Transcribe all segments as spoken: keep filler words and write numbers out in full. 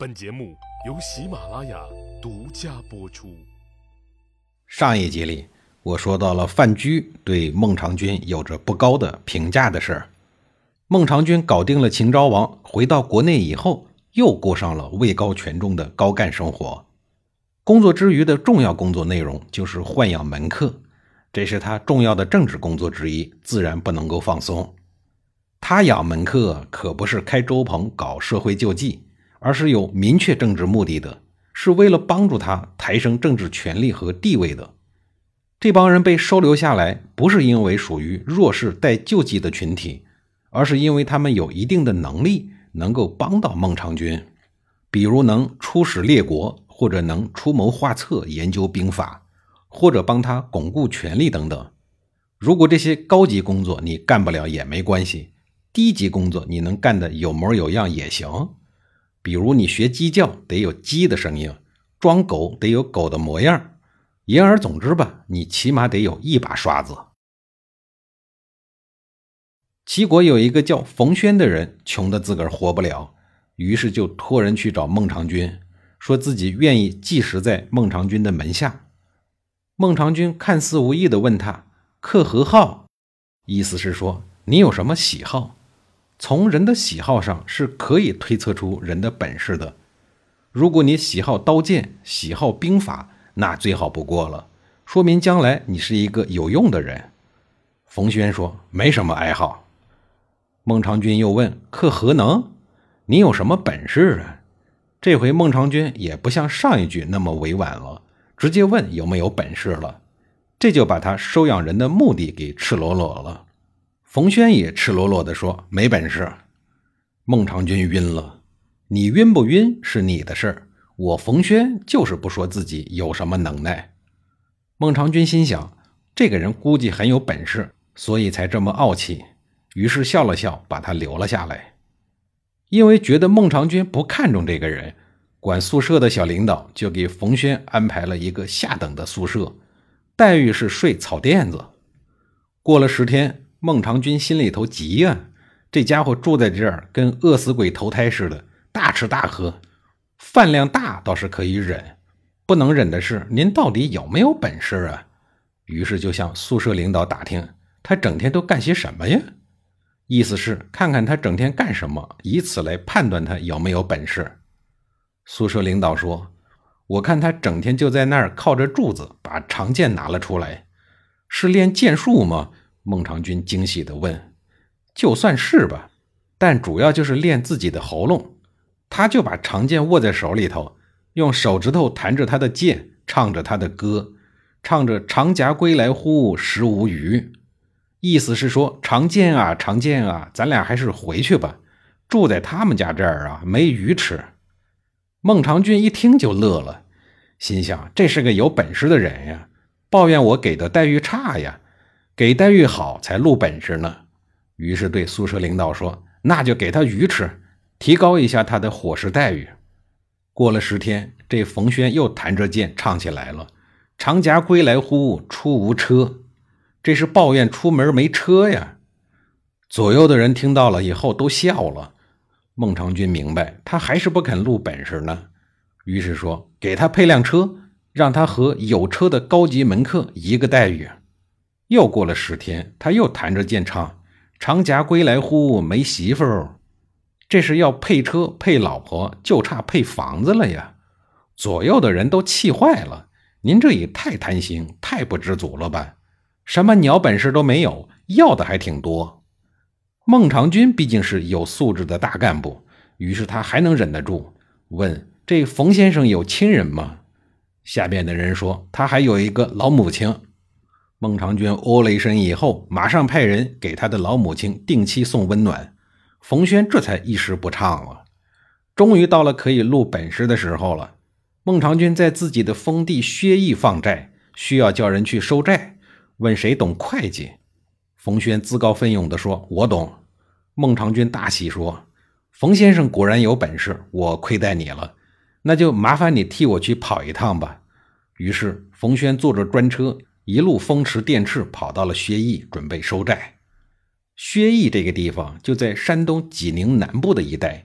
本节目由喜马拉雅独家播出。 上一集里，我说到了范雎对孟尝君有着不高的评价的事儿。孟尝君搞定了秦昭王，回到国内以后，又过上了位高权重的高干生活。工作之余的重要工作内容就是豢养门客，这是他重要的政治工作之一，自然不能够放松。他养门客可不是开粥棚搞社会救济，而是有明确政治目的的，是为了帮助他抬升政治权力和地位的。这帮人被收留下来，不是因为属于弱势待救济的群体，而是因为他们有一定的能力，能够帮到孟尝君，比如能出使列国，或者能出谋划策研究兵法，或者帮他巩固权力等等。如果这些高级工作你干不了也没关系，低级工作你能干得有模有样也行。比如你学鸡叫得有鸡的声音，装狗得有狗的模样，言而总之吧，你起码得有一把刷子。齐国有一个叫冯谖的人，穷得自个儿活不了，于是就托人去找孟尝君，说自己愿意寄食在孟尝君的门下。孟尝君看似无意地问他，客何好？意思是说，你有什么喜好？从人的喜好上是可以推测出人的本事的。如果你喜好刀剑，喜好兵法，那最好不过了，说明将来你是一个有用的人。冯谖说，没什么爱好。孟尝君又问，客何能？你有什么本事啊？这回孟尝君也不像上一句那么委婉了，直接问有没有本事了，这就把他收养人的目的给赤裸裸了。冯谖也赤裸裸地说，没本事。孟尝君晕了，你晕不晕是你的事儿，我冯谖就是不说自己有什么能耐。孟尝君心想，这个人估计很有本事，所以才这么傲气，于是笑了笑，把他留了下来。因为觉得孟尝君不看重这个人，管宿舍的小领导就给冯谖安排了一个下等的宿舍，待遇是睡草垫子。过了十天，孟尝君心里头急呀、啊，这家伙住在这儿跟饿死鬼投胎似的，大吃大喝，饭量大倒是可以忍，不能忍的是您到底有没有本事啊？于是就向宿舍领导打听，他整天都干些什么呀？意思是看看他整天干什么，以此来判断他有没有本事。宿舍领导说，我看他整天就在那儿靠着柱子把长剑拿了出来。是练剑术吗？孟尝君惊喜地问。就算是吧，但主要就是练自己的喉咙。他就把长剑握在手里头，用手指头弹着他的剑，唱着他的歌，唱着长铗归来乎，食无鱼。意思是说，长剑啊长剑啊，咱俩还是回去吧，住在他们家这儿啊没鱼吃。孟尝君一听就乐了，心想这是个有本事的人呀，抱怨我给的待遇差呀，给待遇好才露本事呢。于是对宿舍领导说，那就给他鱼吃，提高一下他的伙食待遇。过了十天，这冯谖又弹着剑唱起来了，长铗归来乎，出无车。这是抱怨出门没车呀。左右的人听到了以后都笑了。孟尝君明白他还是不肯露本事呢，于是说，给他配辆车，让他和有车的高级门客一个待遇。又过了十天，他又弹着剑唱，长铗归来乎，没媳妇儿。这是要配车配老婆，就差配房子了呀。左右的人都气坏了，您这也太贪心，太不知足了吧，什么鸟本事都没有，要的还挺多。孟尝君毕竟是有素质的大干部，于是他还能忍得住，问这冯先生有亲人吗？下边的人说，他还有一个老母亲。孟尝君哦了一声以后，马上派人给他的老母亲定期送温暖。冯谖这才一时不畅了。终于到了可以露本事的时候了。孟尝君在自己的封地薛邑放债，需要叫人去收债，问谁懂会计。冯谖自告奋勇地说，我懂。孟尝君大喜说，冯先生果然有本事，我亏待你了，那就麻烦你替我去跑一趟吧。于是冯谖坐着专车，一路风驰电掣跑到了薛邑，准备收债。薛邑这个地方就在山东济宁南部的一带，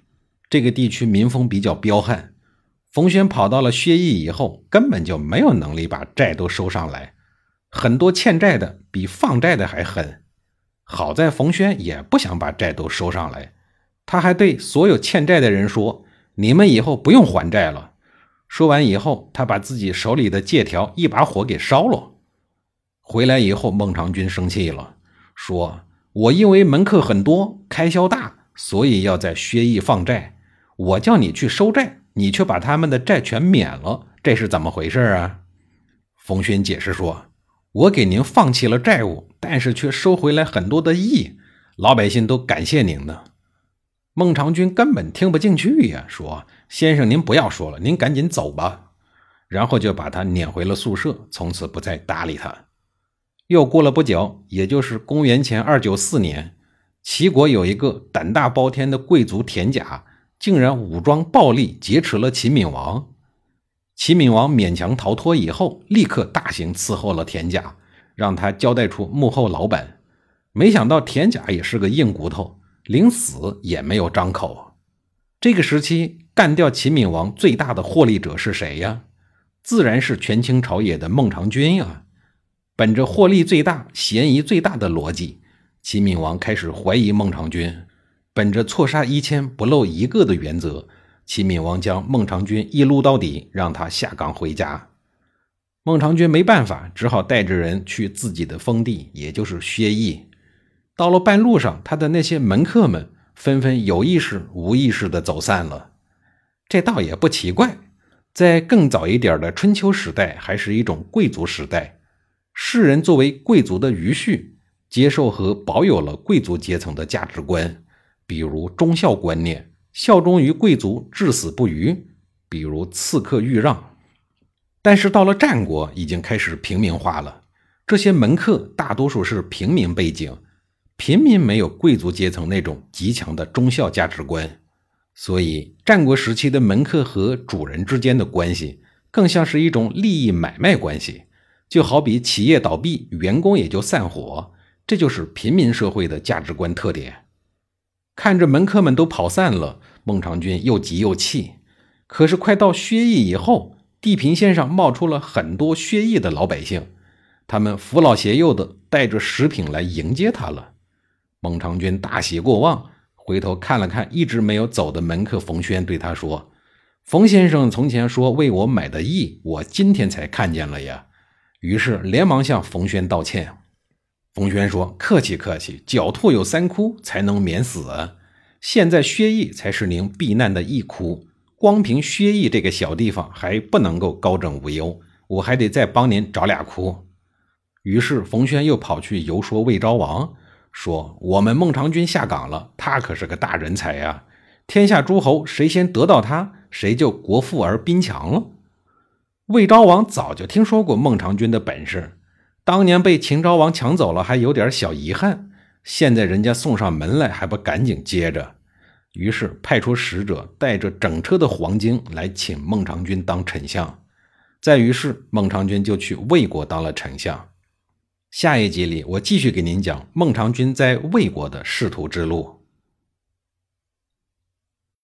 这个地区民风比较彪悍，冯轩跑到了薛邑以后，根本就没有能力把债都收上来，很多欠债的比放债的还狠。好在冯轩也不想把债都收上来，他还对所有欠债的人说，你们以后不用还债了。说完以后，他把自己手里的借条一把火给烧了。回来以后，孟尝君生气了，说，我因为门客很多，开销大，所以要在薛邑放债，我叫你去收债，你却把他们的债全免了，这是怎么回事啊？冯轩解释说，我给您放弃了债务，但是却收回来很多的义，老百姓都感谢您呢。孟尝君根本听不进去呀，说，先生您不要说了，您赶紧走吧。然后就把他撵回了宿舍，从此不再搭理他。又过了不久，也就是公元前二九四年，齐国有一个胆大包天的贵族田甲，竟然武装暴力劫持了齐闵王。齐闵王勉强逃脱以后，立刻大刑伺候了田甲，让他交代出幕后老板。没想到田甲也是个硬骨头，临死也没有张口。这个时期干掉齐闵王最大的获利者是谁呀？自然是权倾朝野的孟尝君呀。本着获利最大、嫌疑最大的逻辑，齐闵王开始怀疑孟尝君。本着错杀一千不漏一个的原则，齐闵王将孟尝君一撸到底，让他下岗回家。孟尝君没办法，只好带着人去自己的封地，也就是薛邑。到了半路上，他的那些门客们纷纷有意识无意识地走散了。这倒也不奇怪，在更早一点的春秋时代，还是一种贵族时代，士人作为贵族的余绪，接受和保有了贵族阶层的价值观，比如忠孝观念，效忠于贵族，至死不渝，比如刺客豫让。但是到了战国，已经开始平民化了，这些门客大多数是平民背景，平民没有贵族阶层那种极强的忠孝价值观，所以战国时期的门客和主人之间的关系更像是一种利益买卖关系，就好比企业倒闭，员工也就散伙，这就是平民社会的价值观特点。看着门客们都跑散了，孟尝君又急又气。可是快到薛邑以后，地平线上冒出了很多薛邑的老百姓，他们扶老携幼的带着食品来迎接他了。孟尝君大喜过望，回头看了看一直没有走的门客冯轩，对他说，冯先生从前说为我买的义，我今天才看见了呀。于是连忙向冯轩道歉。冯轩说，客气客气，狡兔有三窟，才能免死啊。现在薛邑才是您避难的一窟，光凭薛邑这个小地方还不能够高枕无忧，我还得再帮您找俩窟。于是冯轩又跑去游说魏昭王，说我们孟尝君下岗了，他可是个大人才啊，天下诸侯谁先得到他，谁就国富而兵强了。魏昭王早就听说过孟尝君的本事，当年被秦昭王抢走了还有点小遗憾，现在人家送上门来还不赶紧接着。于是派出使者带着整车的黄金来请孟尝君当丞相。再于是孟尝君就去魏国当了丞相。下一集里我继续给您讲孟尝君在魏国的仕途之路。